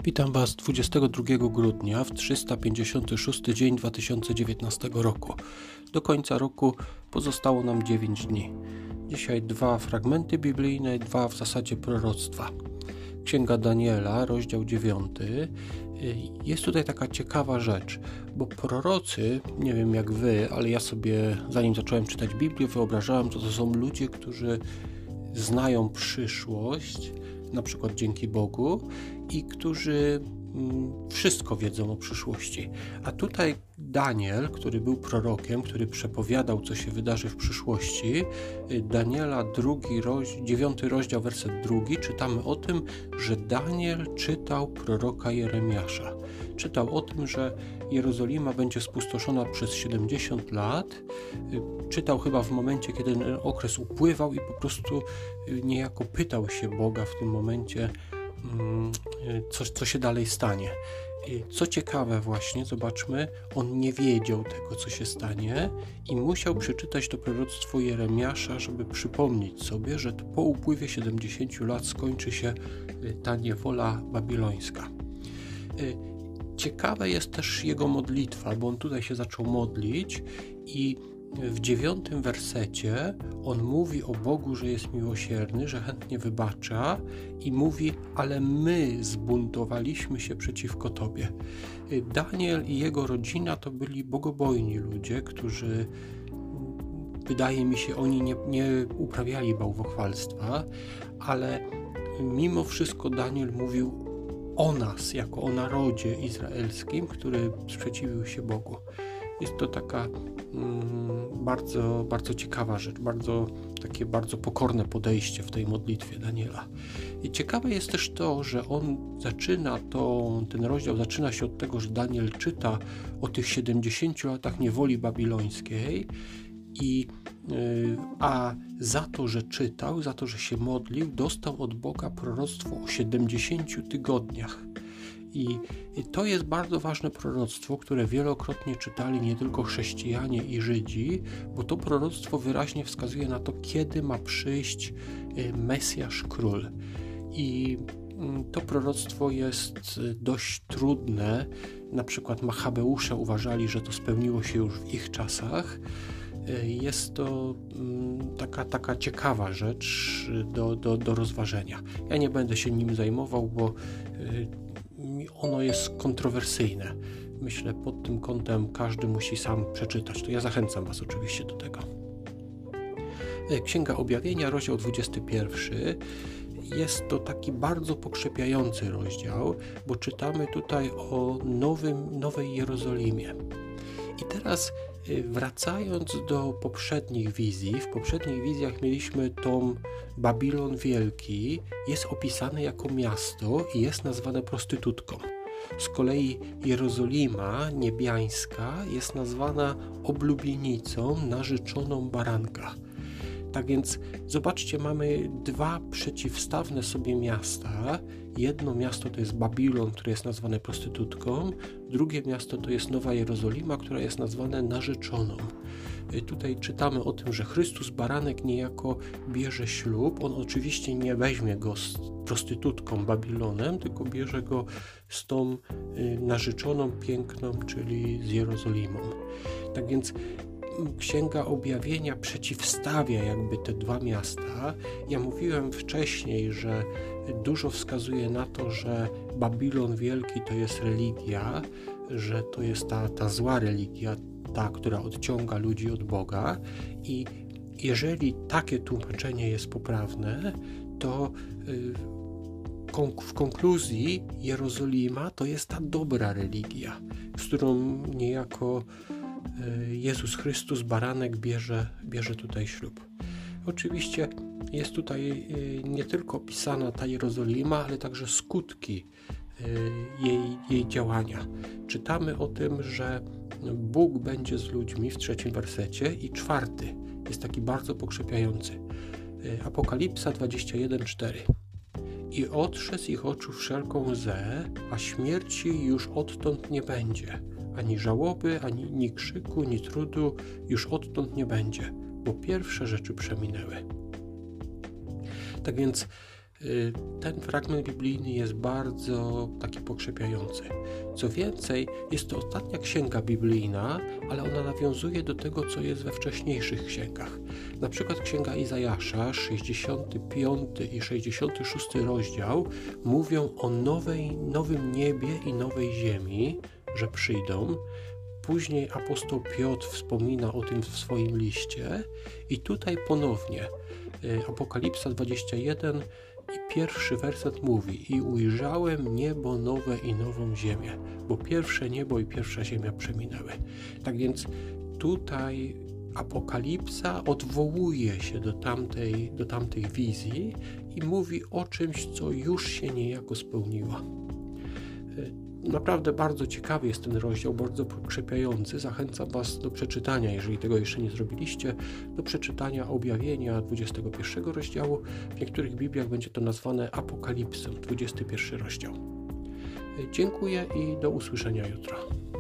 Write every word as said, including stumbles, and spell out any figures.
Witam Was dwudziestego drugiego grudnia w trzysta pięćdziesiąty szósty dzień dwa tysiące dziewiętnastego roku. Do końca roku pozostało nam dziewięć dni. Dzisiaj dwa fragmenty biblijne, dwa w zasadzie proroctwa. Księga Daniela, rozdział dziewiąty. Jest tutaj taka ciekawa rzecz, bo prorocy, nie wiem jak Wy, ale ja sobie, zanim zacząłem czytać Biblię, wyobrażałem, że to są ludzie, którzy znają przyszłość, na przykład dzięki Bogu, i którzy wszystko wiedzą o przyszłości. A tutaj Daniel, który był prorokiem, który przepowiadał, co się wydarzy w przyszłości, Daniela drugi, roz, dziewiąty rozdział, werset drugi, czytamy o tym, że Daniel czytał proroka Jeremiasza. Czytał o tym, że Jerozolima będzie spustoszona przez siedemdziesiąt lat. Czytał chyba w momencie, kiedy ten okres upływał i po prostu niejako pytał się Boga w tym momencie, co, co się dalej stanie. Co ciekawe właśnie, zobaczmy, on nie wiedział tego, co się stanie i musiał przeczytać to proroctwo Jeremiasza, żeby przypomnieć sobie, że to po upływie siedemdziesięciu lat skończy się ta niewola babilońska. Ciekawe jest też jego modlitwa, bo on tutaj się zaczął modlić i w dziewiątym wersecie on mówi o Bogu, że jest miłosierny, że chętnie wybacza i mówi, ale my zbuntowaliśmy się przeciwko Tobie. Daniel i jego rodzina to byli bogobojni ludzie, którzy, wydaje mi się, oni nie, nie uprawiali bałwochwalstwa, ale mimo wszystko Daniel mówił o nas, jako o narodzie izraelskim, który sprzeciwił się Bogu. Jest to taka mm, bardzo, bardzo ciekawa rzecz, bardzo, takie bardzo pokorne podejście w tej modlitwie Daniela. I ciekawe jest też to, że on zaczyna to, ten rozdział zaczyna się od tego, że Daniel czyta o tych siedemdziesięciu latach niewoli babilońskiej, i, yy, a za to, że czytał, za to, że się modlił, dostał od Boga proroctwo o siedemdziesięciu tygodniach. I, I to jest bardzo ważne proroctwo, które wielokrotnie czytali nie tylko chrześcijanie i Żydzi, bo to proroctwo wyraźnie wskazuje na to, kiedy ma przyjść Mesjasz Król. I to proroctwo jest dość trudne. Na przykład Machabeusze uważali, że to spełniło się już w ich czasach. Jest to taka, taka ciekawa rzecz do, do, do rozważenia. Ja nie będę się nim zajmował, bo ono jest kontrowersyjne. Myślę, pod tym kątem każdy musi sam przeczytać. To ja zachęcam Was oczywiście do tego. Księga Objawienia, rozdział dwudziesty pierwszy. Jest to taki bardzo pokrzepiający rozdział, bo czytamy tutaj o nowym, nowej Jerozolimie. I teraz wracając do poprzednich wizji, w poprzednich wizjach mieliśmy tom Babilon Wielki, jest opisane jako miasto i jest nazwane prostytutką. Z kolei Jerozolima niebiańska jest nazwana oblubienicą, narzeczoną baranka. Tak więc zobaczcie, mamy dwa przeciwstawne sobie miasta. Jedno miasto to jest Babilon, które jest nazwane prostytutką. Drugie miasto to jest Nowa Jerozolima, która jest nazwana narzeczoną. Tutaj czytamy o tym, że Chrystus Baranek niejako bierze ślub. On oczywiście nie weźmie go z prostytutką Babilonem, tylko bierze go z tą narzeczoną piękną, czyli z Jerozolimą. Tak więc Księga Objawienia przeciwstawia jakby te dwa miasta. Ja mówiłem wcześniej, że dużo wskazuje na to, że Babilon Wielki to jest religia, że to jest ta, ta zła religia, ta, która odciąga ludzi od Boga, i jeżeli takie tłumaczenie jest poprawne, to w konkluzji Jerozolima to jest ta dobra religia, z którą niejako Jezus Chrystus, Baranek, bierze, bierze tutaj ślub. Oczywiście jest tutaj nie tylko opisana ta Jerozolima, ale także skutki jej, jej działania. Czytamy o tym, że Bóg będzie z ludźmi w trzecim wersecie, i czwarty jest taki bardzo pokrzepiający. Apokalipsa dwadzieścia jeden cztery. I otrze z ich oczu wszelką łzę, a śmierci już odtąd nie będzie. Ani żałoby, ani, ani krzyku, ani trudu już odtąd nie będzie, bo pierwsze rzeczy przeminęły. Tak więc Ten fragment biblijny jest bardzo taki pokrzepiający. Co więcej, jest to ostatnia księga biblijna, ale ona nawiązuje do tego, co jest we wcześniejszych księgach. Na przykład księga Izajasza, sześćdziesiąty piąty i sześćdziesiąty szósty rozdział mówią o nowej, nowym niebie i nowej ziemi, że przyjdą. Później apostoł Piotr wspomina o tym w swoim liście i tutaj ponownie Apokalipsa dwadzieścia jeden i pierwszy werset mówi: i ujrzałem niebo nowe i nową ziemię, bo pierwsze niebo i pierwsza ziemia przeminęły. Tak więc tutaj Apokalipsa odwołuje się do tamtej, do tamtej wizji i mówi o czymś, co już się niejako spełniło. Naprawdę bardzo ciekawy jest ten rozdział, bardzo pokrzepiający. Zachęcam Was do przeczytania, jeżeli tego jeszcze nie zrobiliście, do przeczytania Objawienia dwudziestego pierwszego rozdziału. W niektórych Bibliach będzie to nazwane Apokalipsą, dwudziesty pierwszy rozdział. Dziękuję i do usłyszenia jutro.